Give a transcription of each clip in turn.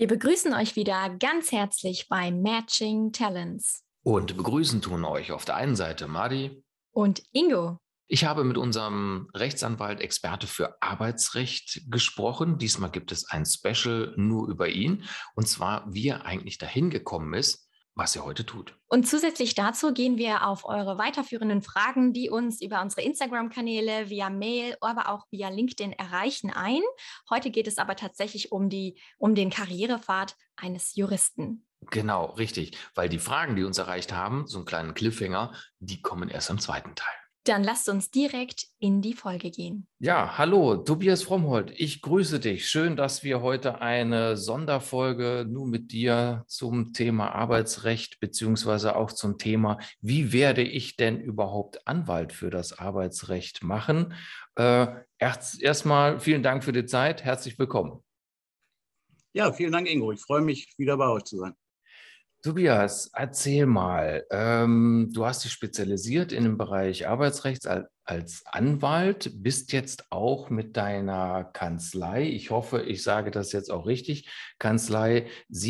Wir begrüßen euch wieder ganz herzlich bei Matching Talents. Und begrüßen tun euch auf der einen Seite Madi und Ingo. Ich habe mit unserem Rechtsanwalt, Experte für Arbeitsrecht gesprochen. Diesmal gibt es ein Special nur über ihn, und zwar, wie er eigentlich dahin gekommen ist, was er heute tut. Und zusätzlich dazu gehen wir auf eure weiterführenden Fragen, die uns über unsere Instagram-Kanäle, via Mail, aber auch via LinkedIn erreichen, ein. Heute geht es aber tatsächlich um den Karrierepfad eines Juristen. Genau, richtig. Weil die Fragen, die uns erreicht haben, so einen kleinen Cliffhanger, die kommen erst im zweiten Teil. Dann lasst uns direkt in die Folge gehen. Ja, hallo, Tobias Frommholt. Ich grüße dich. Schön, dass wir heute eine Sonderfolge nur mit dir zum Thema Arbeitsrecht beziehungsweise auch zum Thema, wie werde ich denn überhaupt Anwalt für das Arbeitsrecht machen? Erstmal vielen Dank für die Zeit. Herzlich willkommen. Ja, vielen Dank, Ingo. Ich freue mich, wieder bei euch zu sein. Tobias, erzähl mal, du hast dich spezialisiert in dem Bereich Arbeitsrecht als Anwalt, bist jetzt auch mit deiner Kanzlei, ich hoffe, ich sage das jetzt auch richtig, Kanzlei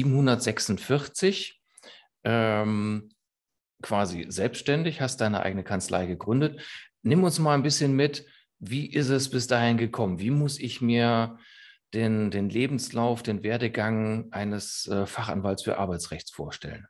746, quasi selbstständig, hast deine eigene Kanzlei gegründet. Nimm uns mal ein bisschen mit, wie ist es bis dahin gekommen? Wie muss ich mir den Lebenslauf, den Werdegang eines Fachanwalts für Arbeitsrecht vorstellen?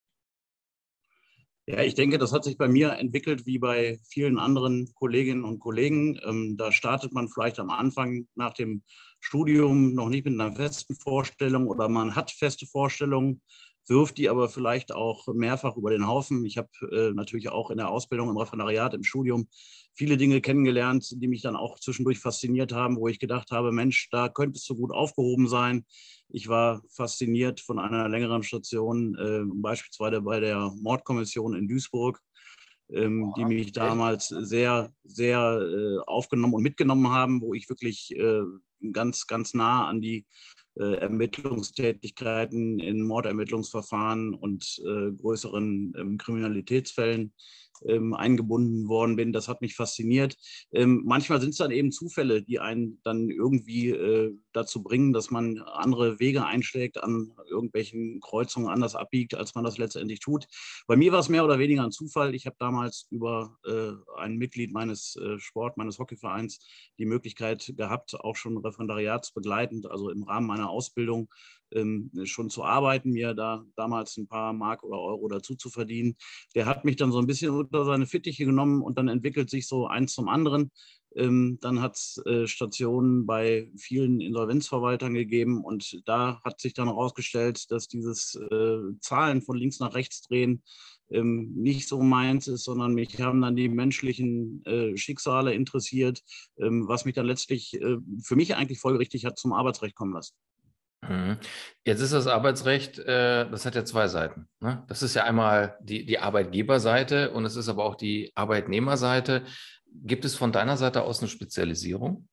Ja, ich denke, das hat sich bei mir entwickelt wie bei vielen anderen Kolleginnen und Kollegen. Da startet man vielleicht am Anfang nach dem Studium noch nicht mit einer festen Vorstellung oder man hat feste Vorstellungen, wirft die aber vielleicht auch mehrfach über den Haufen. Ich habe natürlich auch in der Ausbildung, im Referendariat, im Studium viele Dinge kennengelernt, die mich dann auch zwischendurch fasziniert haben, wo ich gedacht habe, Mensch, da könntest du gut aufgehoben sein. Ich war fasziniert von einer längeren Station, beispielsweise bei der Mordkommission in Duisburg, die mich damals sehr, sehr aufgenommen und mitgenommen haben, wo ich wirklich ganz, ganz nah an die Ermittlungstätigkeiten in Mordermittlungsverfahren und größeren Kriminalitätsfällen eingebunden worden bin. Das hat mich fasziniert. Manchmal sind es dann eben Zufälle, die einen dann irgendwie dazu bringen, dass man andere Wege einschlägt, an irgendwelchen Kreuzungen anders abbiegt, als man das letztendlich tut. Bei mir war es mehr oder weniger ein Zufall. Ich habe damals über ein Mitglied meines meines Hockeyvereins die Möglichkeit gehabt, auch schon referendariatsbegleitend, also im Rahmen meiner Ausbildung, schon zu arbeiten, mir da damals ein paar Mark oder Euro dazu zu verdienen. Der hat mich dann so ein bisschen unter seine Fittiche genommen und dann entwickelt sich so eins zum anderen. Dann hat es Stationen bei vielen Insolvenzverwaltern gegeben und da hat sich dann herausgestellt, dass dieses Zahlen von links nach rechts drehen nicht so meins ist, sondern mich haben dann die menschlichen Schicksale interessiert, was mich dann letztlich für mich eigentlich folgerichtig hat zum Arbeitsrecht kommen lassen. Jetzt ist das Arbeitsrecht, das hat ja zwei Seiten, ne? Das ist ja einmal die Arbeitgeberseite und es ist aber auch die Arbeitnehmerseite. Gibt es von deiner Seite aus eine Spezialisierung?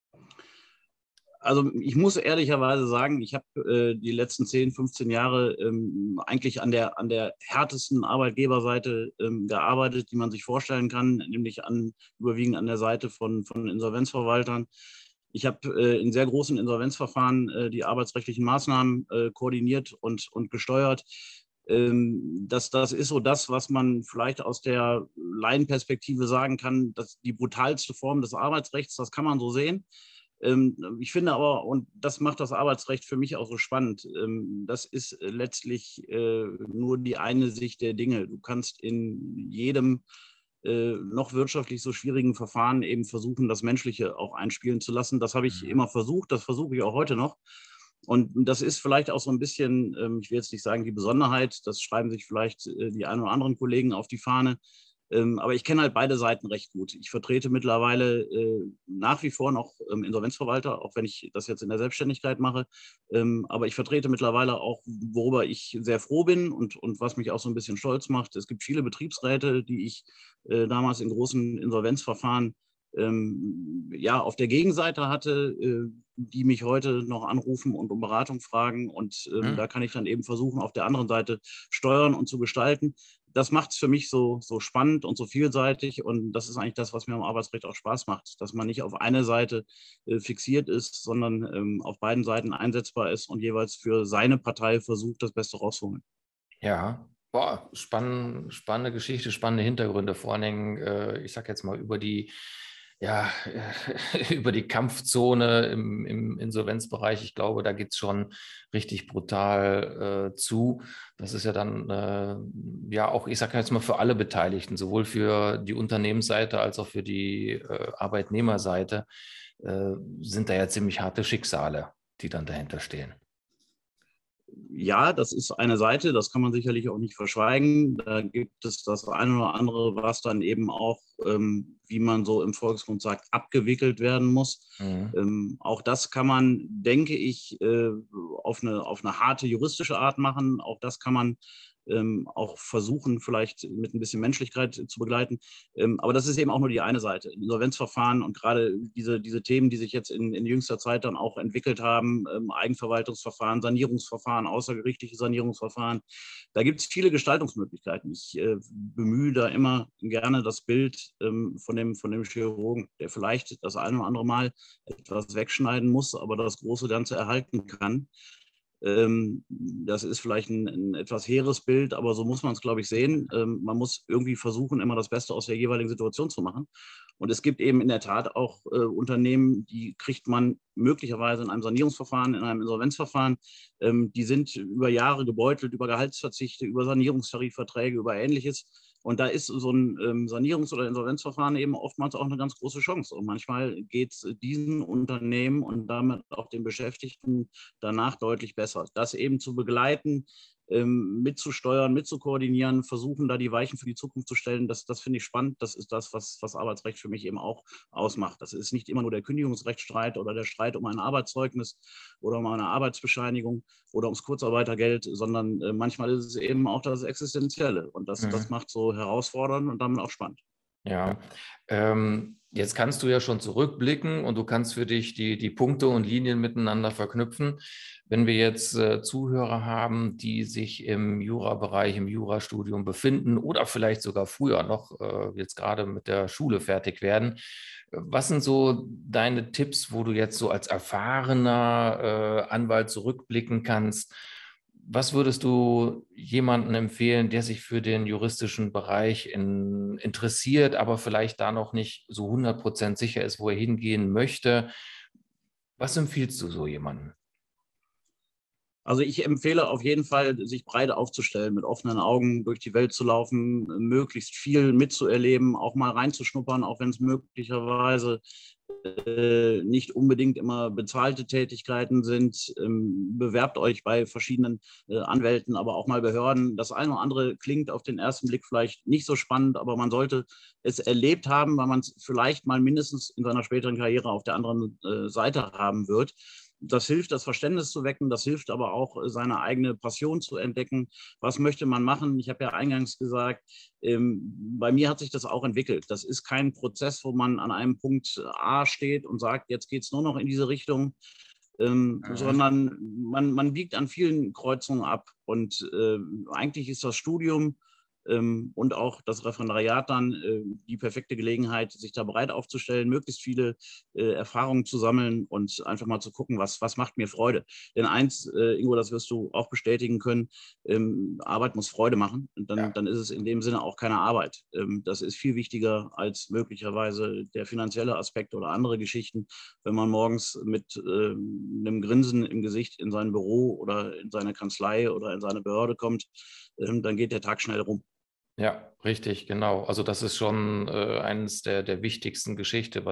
Also ich muss ehrlicherweise sagen, ich habe die letzten 10, 15 Jahre eigentlich an der härtesten Arbeitgeberseite gearbeitet, die man sich vorstellen kann, nämlich überwiegend an der Seite von Insolvenzverwaltern. Ich habe in sehr großen Insolvenzverfahren die arbeitsrechtlichen Maßnahmen koordiniert und gesteuert. Das ist so das, was man vielleicht aus der Laienperspektive sagen kann, dass die brutalste Form des Arbeitsrechts, das kann man so sehen. Ich finde aber, und das macht das Arbeitsrecht für mich auch so spannend, das ist letztlich nur die eine Sicht der Dinge. Du kannst in jedem noch wirtschaftlich so schwierigen Verfahren eben versuchen, das Menschliche auch einspielen zu lassen. Das habe ich immer versucht, das versuche ich auch heute noch. Und das ist vielleicht auch so ein bisschen, ich will jetzt nicht sagen die Besonderheit, das schreiben sich vielleicht die ein oder anderen Kollegen auf die Fahne, aber ich kenne halt beide Seiten recht gut. Ich vertrete mittlerweile nach wie vor noch Insolvenzverwalter, auch wenn ich das jetzt in der Selbstständigkeit mache. Aber ich vertrete mittlerweile auch, worüber ich sehr froh bin und was mich auch so ein bisschen stolz macht. Es gibt viele Betriebsräte, die ich damals in großen Insolvenzverfahren auf der Gegenseite hatte, die mich heute noch anrufen und um Beratung fragen. Und da kann ich dann eben versuchen, auf der anderen Seite steuern und zu gestalten. das macht es für mich so spannend und so vielseitig. Und das ist eigentlich das, was mir am Arbeitsrecht auch Spaß macht, dass man nicht auf eine Seite fixiert ist, sondern auf beiden Seiten einsetzbar ist und jeweils für seine Partei versucht, das Beste rauszuholen. Ja, boah, spannende Geschichte, spannende Hintergründe, vor allen Dingen, ich sag jetzt mal, ja, über die Kampfzone im Insolvenzbereich. Ich glaube, da geht es schon richtig brutal zu. Das ist ja dann ja auch, ich sage jetzt mal, für alle Beteiligten, sowohl für die Unternehmensseite als auch für die Arbeitnehmerseite, sind da ja ziemlich harte Schicksale, die dann dahinter stehen. Ja, das ist eine Seite, das kann man sicherlich auch nicht verschweigen. Da gibt es das eine oder andere, was dann eben auch, wie man so im Volksmund sagt, abgewickelt werden muss. Mhm. Auch das kann man, denke ich, auf eine harte juristische Art machen. Auch das kann man auch versuchen, vielleicht mit ein bisschen Menschlichkeit zu begleiten. Aber das ist eben auch nur die eine Seite. Insolvenzverfahren und gerade diese Themen, die sich jetzt in jüngster Zeit dann auch entwickelt haben, Eigenverwaltungsverfahren, Sanierungsverfahren, außergerichtliche Sanierungsverfahren, da gibt es viele Gestaltungsmöglichkeiten. Ich bemühe da immer gerne das Bild von dem Chirurgen, der vielleicht das eine oder andere Mal etwas wegschneiden muss, aber das große Ganze erhalten kann. Das ist vielleicht ein etwas hehres Bild, aber so muss man es, glaube ich, sehen. Man muss irgendwie versuchen, immer das Beste aus der jeweiligen Situation zu machen. Und es gibt eben in der Tat auch Unternehmen, die kriegt man möglicherweise in einem Sanierungsverfahren, in einem Insolvenzverfahren. Die sind über Jahre gebeutelt, über Gehaltsverzichte, über Sanierungstarifverträge, über Ähnliches. Und da ist so ein Sanierungs- oder Insolvenzverfahren eben oftmals auch eine ganz große Chance. Und manchmal geht es diesen Unternehmen und damit auch den Beschäftigten danach deutlich besser. Das eben zu begleiten, mitzusteuern, mitzukoordinieren, versuchen, da die Weichen für die Zukunft zu stellen, das finde ich spannend. Das ist das, was Arbeitsrecht für mich eben auch ausmacht. Das ist nicht immer nur der Kündigungsrechtsstreit oder der Streit um ein Arbeitszeugnis oder um eine Arbeitsbescheinigung oder ums Kurzarbeitergeld, sondern manchmal ist es eben auch das Existenzielle. Und das macht so herausfordernd und damit auch spannend. Ja, jetzt kannst du ja schon zurückblicken und du kannst für dich die Punkte und Linien miteinander verknüpfen. Wenn wir jetzt Zuhörer haben, die sich im Jurabereich, im Jurastudium befinden oder vielleicht sogar früher noch jetzt gerade mit der Schule fertig werden, was sind so deine Tipps, wo du jetzt so als erfahrener Anwalt zurückblicken kannst? Was würdest du jemandem empfehlen, der sich für den juristischen Bereich interessiert, aber vielleicht da noch nicht so 100% sicher ist, wo er hingehen möchte? Was empfiehlst du so jemandem? Also ich empfehle auf jeden Fall, sich breit aufzustellen, mit offenen Augen durch die Welt zu laufen, möglichst viel mitzuerleben, auch mal reinzuschnuppern, auch wenn es möglicherweise nicht unbedingt immer bezahlte Tätigkeiten sind. Bewerbt euch bei verschiedenen Anwälten, aber auch mal Behörden. Das eine oder andere klingt auf den ersten Blick vielleicht nicht so spannend, aber man sollte es erlebt haben, weil man es vielleicht mal mindestens in seiner späteren Karriere auf der anderen Seite haben wird. Das hilft, das Verständnis zu wecken. Das hilft aber auch, seine eigene Passion zu entdecken. Was möchte man machen? Ich habe ja eingangs gesagt, bei mir hat sich das auch entwickelt. Das ist kein Prozess, wo man an einem Punkt A steht und sagt, jetzt geht es nur noch in diese Richtung, sondern man biegt an vielen Kreuzungen ab. Und eigentlich ist das Studium und auch das Referendariat dann die perfekte Gelegenheit, sich da bereit aufzustellen, möglichst viele Erfahrungen zu sammeln und einfach mal zu gucken, was macht mir Freude. Denn eins, Ingo, das wirst du auch bestätigen können, Arbeit muss Freude machen. Und dann ist es in dem Sinne auch keine Arbeit. Das ist viel wichtiger als möglicherweise der finanzielle Aspekt oder andere Geschichten. Wenn man morgens mit einem Grinsen im Gesicht in sein Büro oder in seine Kanzlei oder in seine Behörde kommt, dann geht der Tag schnell rum. Ja, richtig, genau. Also das ist schon eines der wichtigsten Geschichten,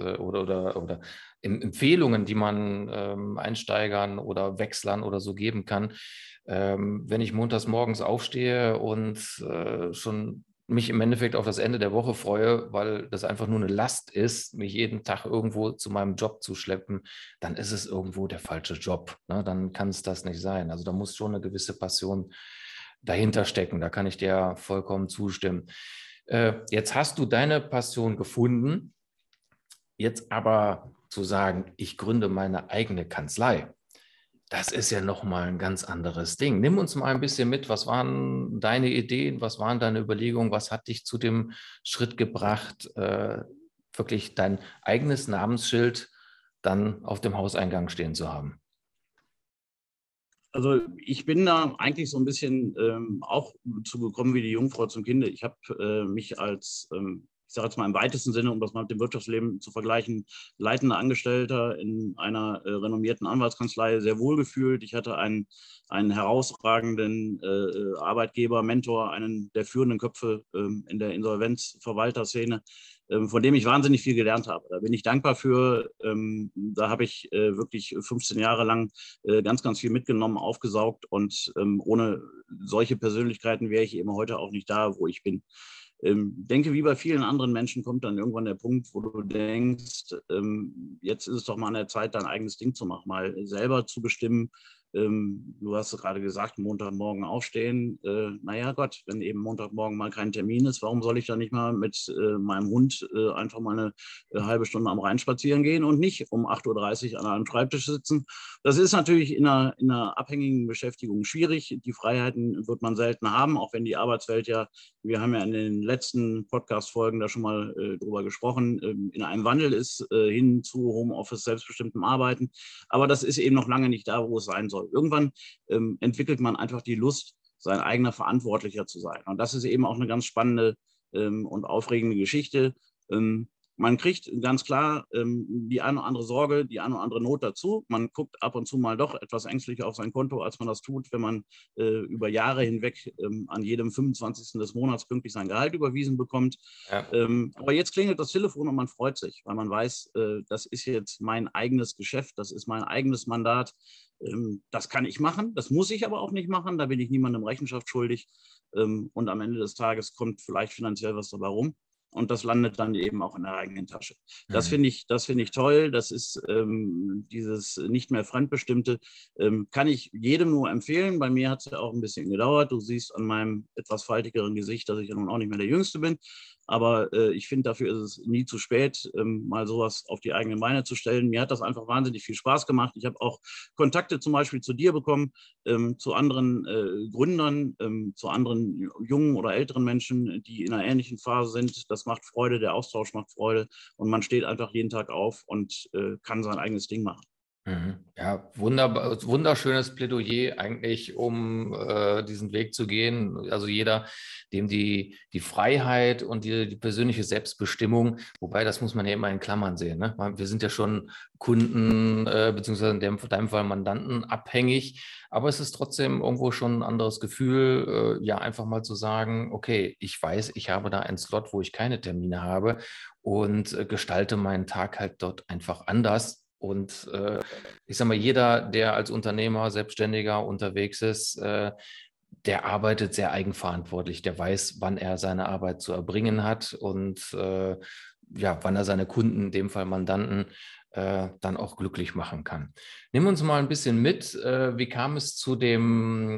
oder Empfehlungen, die man Einsteigern oder Wechslern oder so geben kann. Wenn ich montags morgens aufstehe und schon mich im Endeffekt auf das Ende der Woche freue, weil das einfach nur eine Last ist, mich jeden Tag irgendwo zu meinem Job zu schleppen, dann ist es irgendwo der falsche Job. Ne? Dann kann es das nicht sein. Also da muss schon eine gewisse Passion dahinter stecken. Da kann ich dir vollkommen zustimmen. Jetzt hast du deine Passion gefunden. Jetzt aber zu sagen, ich gründe meine eigene Kanzlei, Das ist ja nochmal ein ganz anderes Ding. Nimm uns mal ein bisschen mit. Was waren deine Ideen? Was waren deine Überlegungen? Was hat dich zu dem Schritt gebracht, wirklich dein eigenes Namensschild dann auf dem Hauseingang stehen zu haben? Also ich bin da eigentlich so ein bisschen auch zugekommen wie die Jungfrau zum Kinde. Ich habe mich als, ich sage jetzt mal im weitesten Sinne, um das mal mit dem Wirtschaftsleben zu vergleichen, leitender Angestellter in einer renommierten Anwaltskanzlei sehr wohl gefühlt. Ich hatte einen herausragenden Arbeitgeber, Mentor, einen der führenden Köpfe in der Insolvenzverwalterszene, von dem ich wahnsinnig viel gelernt habe. Da bin ich dankbar für. Da habe ich wirklich 15 Jahre lang ganz, ganz viel mitgenommen, aufgesaugt, und ohne solche Persönlichkeiten wäre ich eben heute auch nicht da, wo ich bin. Denke, wie bei vielen anderen Menschen kommt dann irgendwann der Punkt, wo du denkst, jetzt ist es doch mal an der Zeit, dein eigenes Ding zu machen, mal selber zu bestimmen. Du hast gerade gesagt, Montagmorgen aufstehen. Naja Gott, wenn eben Montagmorgen mal kein Termin ist, warum soll ich da nicht mal mit meinem Hund einfach mal eine halbe Stunde am Rhein spazieren gehen und nicht um 8:30 Uhr an einem Schreibtisch sitzen? Das ist natürlich in einer abhängigen Beschäftigung schwierig. Die Freiheiten wird man selten haben, auch wenn die Arbeitswelt ja, wir haben ja in den letzten Podcast-Folgen da schon mal drüber gesprochen, in einem Wandel ist hin zu Homeoffice, selbstbestimmtem Arbeiten. Aber das ist eben noch lange nicht da, wo es sein soll. Irgendwann entwickelt man einfach die Lust, sein eigener Verantwortlicher zu sein. Und das ist eben auch eine ganz spannende und aufregende Geschichte. Man kriegt ganz klar die eine oder andere Sorge, die eine oder andere Not dazu. Man guckt ab und zu mal doch etwas ängstlicher auf sein Konto, als man das tut, wenn man über Jahre hinweg an jedem 25. des Monats pünktlich sein Gehalt überwiesen bekommt. Ja. Aber jetzt klingelt das Telefon und man freut sich, weil man weiß, das ist jetzt mein eigenes Geschäft, das ist mein eigenes Mandat. Das kann ich machen, das muss ich aber auch nicht machen, da bin ich niemandem Rechenschaft schuldig. Und am Ende des Tages kommt vielleicht finanziell was dabei rum. Und das landet dann eben auch in der eigenen Tasche. Das finde ich toll. Das ist dieses nicht mehr Fremdbestimmte. Kann ich jedem nur empfehlen. Bei mir hat es ja auch ein bisschen gedauert. Du siehst an meinem etwas faltigeren Gesicht, dass ich ja nun auch nicht mehr der Jüngste bin. Aber ich finde, dafür ist es nie zu spät, mal sowas auf die eigenen Beine zu stellen. Mir hat das einfach wahnsinnig viel Spaß gemacht. Ich habe auch Kontakte zum Beispiel zu dir bekommen, zu anderen Gründern, zu anderen jungen oder älteren Menschen, die in einer ähnlichen Phase sind. Das macht Freude, der Austausch macht Freude, und man steht einfach jeden Tag auf und kann sein eigenes Ding machen. Ja, wunderbar, wunderschönes Plädoyer eigentlich, um diesen Weg zu gehen. Also jeder, dem die Freiheit und die persönliche Selbstbestimmung, wobei das muss man ja immer in Klammern sehen. Ne? Wir sind ja schon Kunden beziehungsweise in deinem Fall Mandanten abhängig, aber es ist trotzdem irgendwo schon ein anderes Gefühl, ja einfach mal zu sagen, okay, ich weiß, ich habe da einen Slot, wo ich keine Termine habe, und gestalte meinen Tag halt dort einfach anders. Und ich sage mal, jeder, der als Unternehmer, Selbstständiger unterwegs ist, der arbeitet sehr eigenverantwortlich. Der weiß, wann er seine Arbeit zu erbringen hat und ja, wann er seine Kunden, in dem Fall Mandanten, dann auch glücklich machen kann. Nimm uns mal ein bisschen mit. Wie kam es zu dem,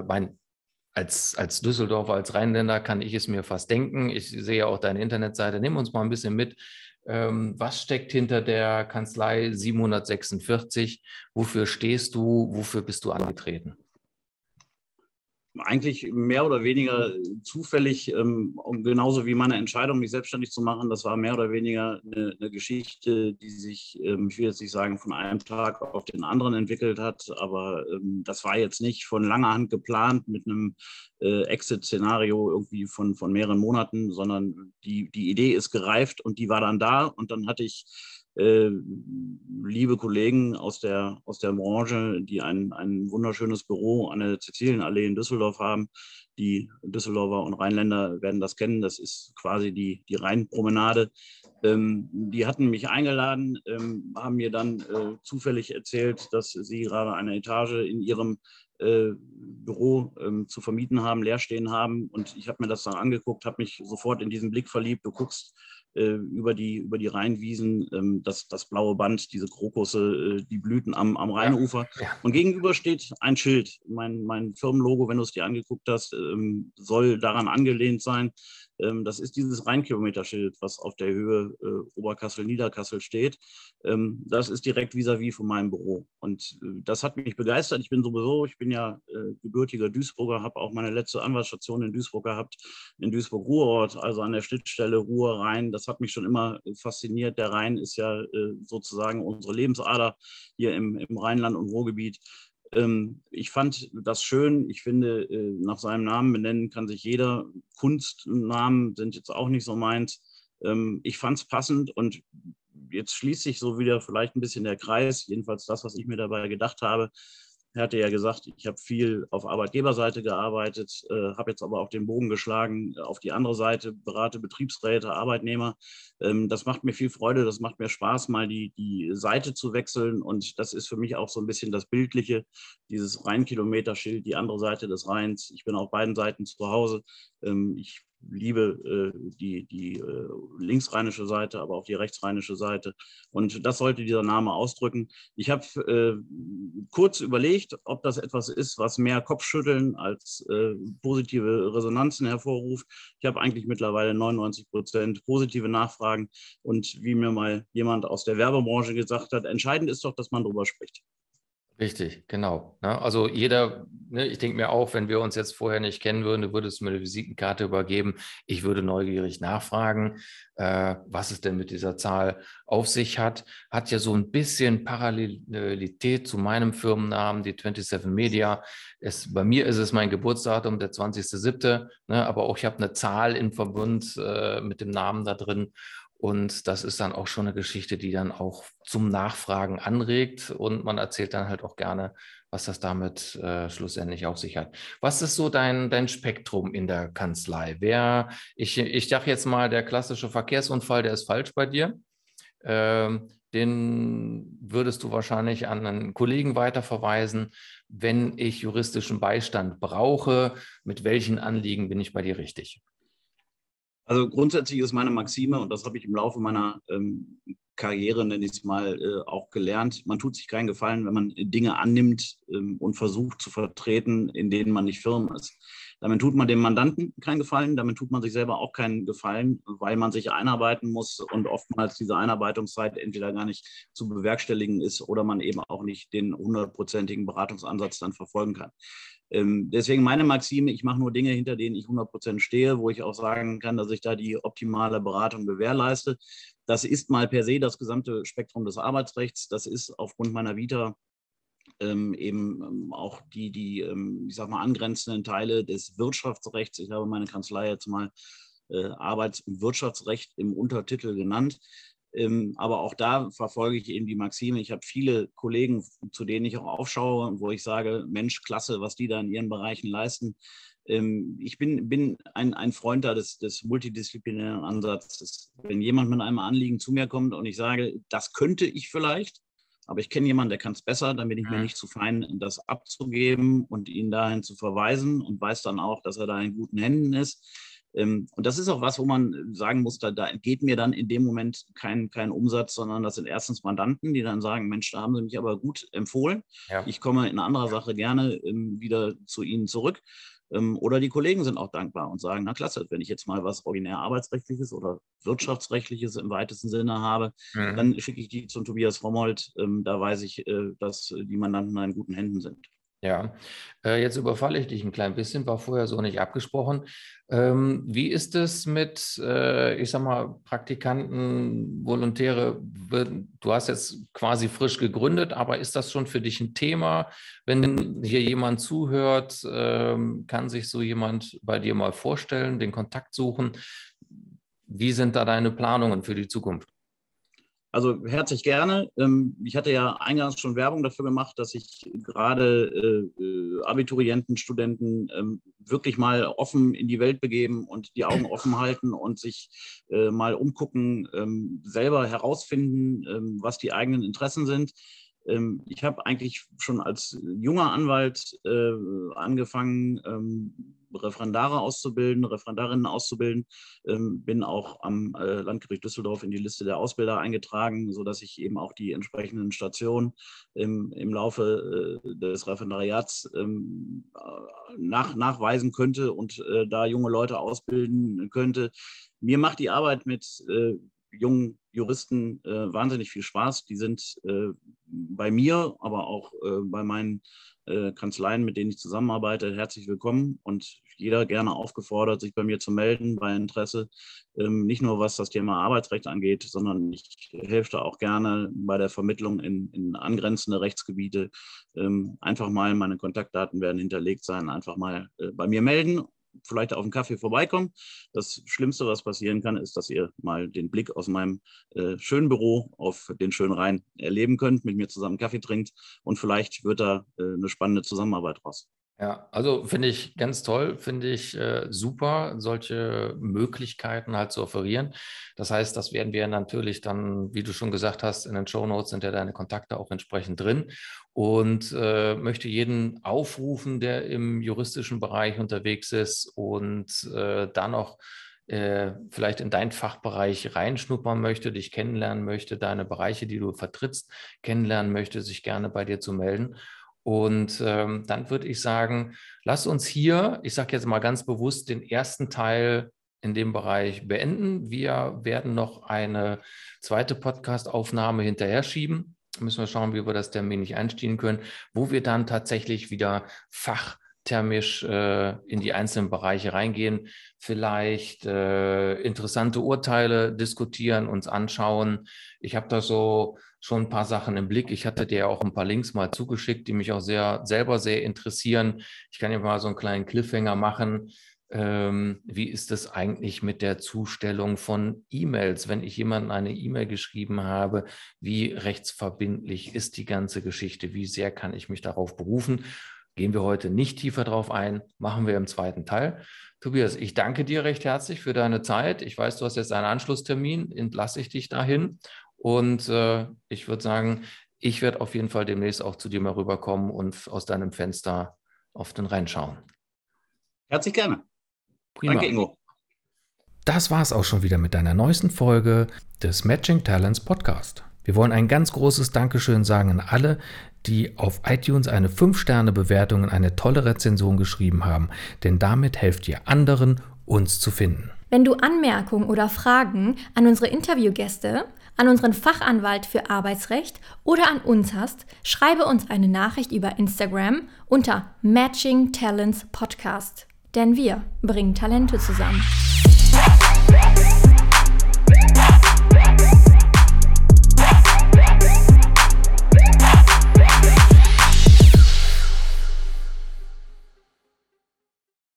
als Düsseldorfer, als Rheinländer kann ich es mir fast denken. Ich sehe ja auch deine Internetseite. Nimm uns mal ein bisschen mit. Was steckt hinter der Kanzlei 746? Wofür stehst du? Wofür bist du angetreten? Eigentlich mehr oder weniger zufällig, genauso wie meine Entscheidung, mich selbstständig zu machen. Das war mehr oder weniger eine Geschichte, die sich, ich will jetzt nicht sagen, von einem Tag auf den anderen entwickelt hat, aber das war jetzt nicht von langer Hand geplant mit einem Exit-Szenario irgendwie von mehreren Monaten, sondern die Idee ist gereift und die war dann da, und dann hatte ich liebe Kollegen aus der Branche, die ein wunderschönes Büro an der Sizilienallee in Düsseldorf haben. Die Düsseldorfer und Rheinländer werden das kennen. Das ist quasi die Rheinpromenade. Die hatten mich eingeladen, haben mir dann zufällig erzählt, dass sie gerade eine Etage in ihrem Büro zu vermieten haben, leer stehen haben. Und ich habe mir das dann angeguckt, habe mich sofort in diesen Blick verliebt. Du guckst über die Rheinwiesen, das blaue Band, diese Krokusse, die Blüten am Rheinufer. Ja. Und gegenüber steht ein Schild. Mein Firmenlogo, wenn du es dir angeguckt hast, soll daran angelehnt sein. Das ist dieses Rheinkilometerschild, was auf der Höhe Oberkassel-Niederkassel steht. Das ist direkt vis-à-vis von meinem Büro. Und das hat mich begeistert. Ich bin ja gebürtiger Duisburger, habe auch meine letzte Anwaltsstation in Duisburg gehabt, in Duisburg-Ruhrort, also an der Schnittstelle Ruhr-Rhein. Das hat mich schon immer fasziniert. Der Rhein ist ja sozusagen unsere Lebensader hier im Rheinland- und Ruhrgebiet. Ich fand das schön. Ich finde, nach seinem Namen benennen kann sich jeder. Kunstnamen sind jetzt auch nicht so meins. Ich fand es passend und jetzt schließt sich so wieder vielleicht ein bisschen der Kreis, jedenfalls das, was ich mir dabei gedacht habe. Er hatte ja gesagt, ich habe viel auf Arbeitgeberseite gearbeitet, habe jetzt aber auch den Bogen geschlagen auf die andere Seite, berate Betriebsräte, Arbeitnehmer. Das macht mir viel Freude, das macht mir Spaß, mal die Seite zu wechseln. Und das ist für mich auch so ein bisschen das Bildliche, dieses Rheinkilometerschild, die andere Seite des Rheins. Ich bin auf beiden Seiten zu Hause. Ich liebe die linksrheinische Seite, aber auch die rechtsrheinische Seite. Und das sollte dieser Name ausdrücken. Ich habe kurz überlegt, ob das etwas ist, was mehr Kopfschütteln als positive Resonanzen hervorruft. Ich habe eigentlich mittlerweile 99% positive Nachfragen. Und wie mir mal jemand aus der Werbebranche gesagt hat, entscheidend ist doch, dass man darüber spricht. Richtig, genau. Ne? Also jeder, ne, ich denke mir auch, wenn wir uns jetzt vorher nicht kennen würden, du würdest mir eine Visitenkarte übergeben. Ich würde neugierig nachfragen, was es denn mit dieser Zahl auf sich hat. Hat ja so ein bisschen Parallelität zu meinem Firmennamen, die 27 Media. Bei mir ist es mein Geburtsdatum, der 20.07., ne? Aber auch ich habe eine Zahl im Verbund mit dem Namen da drin. Und das ist dann auch schon eine Geschichte, die dann auch zum Nachfragen anregt. Und man erzählt dann halt auch gerne, was das damit schlussendlich auf sich hat. Was ist so dein Spektrum in der Kanzlei? Ich sage jetzt mal, der klassische Verkehrsunfall, der ist falsch bei dir. Den würdest du wahrscheinlich an einen Kollegen weiterverweisen. Wenn ich juristischen Beistand brauche, mit welchen Anliegen bin ich bei dir richtig? Also grundsätzlich ist meine Maxime, und das habe ich im Laufe meiner Karriere, nenne ich es mal, auch gelernt, man tut sich keinen Gefallen, wenn man Dinge annimmt und versucht zu vertreten, in denen man nicht firm ist. Damit tut man dem Mandanten keinen Gefallen, damit tut man sich selber auch keinen Gefallen, weil man sich einarbeiten muss und oftmals diese Einarbeitungszeit entweder gar nicht zu bewerkstelligen ist oder man eben auch nicht den 100%igen Beratungsansatz dann verfolgen kann. Deswegen meine Maxime, ich mache nur Dinge, hinter denen ich 100% stehe, wo ich auch sagen kann, dass ich da die optimale Beratung gewährleiste. Das ist mal per se das gesamte Spektrum des Arbeitsrechts. Das ist aufgrund meiner Vita eben auch ich sag mal, angrenzenden Teile des Wirtschaftsrechts. Ich habe meine Kanzlei jetzt mal Arbeits- und Wirtschaftsrecht im Untertitel genannt. Aber auch da verfolge ich eben die Maxime. Ich habe viele Kollegen, zu denen ich auch aufschaue, wo ich sage, Mensch, klasse, was die da in ihren Bereichen leisten. Ich bin ein Freund da des multidisziplinären Ansatzes. Wenn jemand mit einem Anliegen zu mir kommt und ich sage, das könnte ich vielleicht, aber ich kenne jemanden, der kann es besser, dann bin ich mir nicht zu fein, das abzugeben und ihn dahin zu verweisen und weiß dann auch, dass er da in guten Händen ist. Und das ist auch was, wo man sagen muss, da entgeht mir dann in dem Moment kein Umsatz, sondern das sind erstens Mandanten, die dann sagen, Mensch, da haben Sie mich aber gut empfohlen. Ja. Ich komme in anderer Sache gerne wieder zu Ihnen zurück. Oder die Kollegen sind auch dankbar und sagen, na klasse, wenn ich jetzt mal was originär arbeitsrechtliches oder wirtschaftsrechtliches im weitesten Sinne habe, dann schicke ich die zum Tobias Frommholt. Da weiß ich, dass die Mandanten in guten Händen sind. Ja, jetzt überfalle ich dich ein klein bisschen, war vorher so nicht abgesprochen. Wie ist es mit, ich sag mal, Praktikanten, Volontäre? Du hast jetzt quasi frisch gegründet, aber ist das schon für dich ein Thema? Wenn hier jemand zuhört, kann sich so jemand bei dir mal vorstellen, den Kontakt suchen? Wie sind da deine Planungen für die Zukunft? Also herzlich gerne. Ich hatte ja eingangs schon Werbung dafür gemacht, dass ich gerade Abiturienten, Studenten wirklich mal offen in die Welt begeben und die Augen offen halten und sich mal umgucken, selber herausfinden, was die eigenen Interessen sind. Ich habe eigentlich schon als junger Anwalt angefangen, Referendare auszubilden, Referendarinnen auszubilden, bin auch am Landgericht Düsseldorf in die Liste der Ausbilder eingetragen, sodass ich eben auch die entsprechenden Stationen im Laufe des Referendariats nachweisen könnte und da junge Leute ausbilden könnte. Mir macht die Arbeit mit jungen Juristen wahnsinnig viel Spaß. Die sind bei mir, aber auch bei meinen Kanzleien, mit denen ich zusammenarbeite, herzlich willkommen und jeder gerne aufgefordert, sich bei mir zu melden bei Interesse. Nicht nur was das Thema Arbeitsrecht angeht, sondern ich helfe da auch gerne bei der Vermittlung in angrenzende Rechtsgebiete. Einfach mal, meine Kontaktdaten werden hinterlegt sein, einfach mal bei mir melden. Vielleicht auf einen Kaffee vorbeikommen. Das Schlimmste, was passieren kann, ist, dass ihr mal den Blick aus meinem schönen Büro auf den schönen Rhein erleben könnt, mit mir zusammen Kaffee trinkt und vielleicht wird da eine spannende Zusammenarbeit raus. Ja, also finde ich ganz toll, finde ich super, solche Möglichkeiten halt zu offerieren. Das heißt, das werden wir natürlich dann, wie du schon gesagt hast, in den Shownotes sind ja deine Kontakte auch entsprechend drin und möchte jeden aufrufen, der im juristischen Bereich unterwegs ist und dann noch vielleicht in deinen Fachbereich reinschnuppern möchte, dich kennenlernen möchte, deine Bereiche, die du vertrittst, kennenlernen möchte, sich gerne bei dir zu melden. Und dann würde ich sagen, lass uns hier, ich sage jetzt mal ganz bewusst, den ersten Teil in dem Bereich beenden. Wir werden noch eine zweite Podcast-Aufnahme hinterher schieben. Müssen wir schauen, wie wir das terminlich einstellen können, wo wir dann tatsächlich wieder fachthermisch in die einzelnen Bereiche reingehen, vielleicht interessante Urteile diskutieren, uns anschauen. Ich habe da so schon ein paar Sachen im Blick. Ich hatte dir auch ein paar Links mal zugeschickt, die mich auch selber sehr interessieren. Ich kann ja mal so einen kleinen Cliffhanger machen. Wie ist es eigentlich mit der Zustellung von E-Mails? Wenn ich jemandem eine E-Mail geschrieben habe, wie rechtsverbindlich ist die ganze Geschichte? Wie sehr kann ich mich darauf berufen? Gehen wir heute nicht tiefer drauf ein, machen wir im zweiten Teil. Tobias, ich danke dir recht herzlich für deine Zeit. Ich weiß, du hast jetzt einen Anschlusstermin, entlasse ich dich dahin. Und ich würde sagen, ich werde auf jeden Fall demnächst auch zu dir mal rüberkommen und aus deinem Fenster auf den Rhein schauen. Herzlich gerne. Prima. Danke, Ingo. Das war es auch schon wieder mit deiner neuesten Folge des Matching Talents Podcast. Wir wollen ein ganz großes Dankeschön sagen an alle, die auf iTunes eine 5-Sterne-Bewertung und eine tolle Rezension geschrieben haben, denn damit helft ihr anderen, uns zu finden. Wenn du Anmerkungen oder Fragen an unsere Interviewgäste, an unseren Fachanwalt für Arbeitsrecht oder an uns hast, schreibe uns eine Nachricht über Instagram unter Matching Talents Podcast. Denn wir bringen Talente zusammen.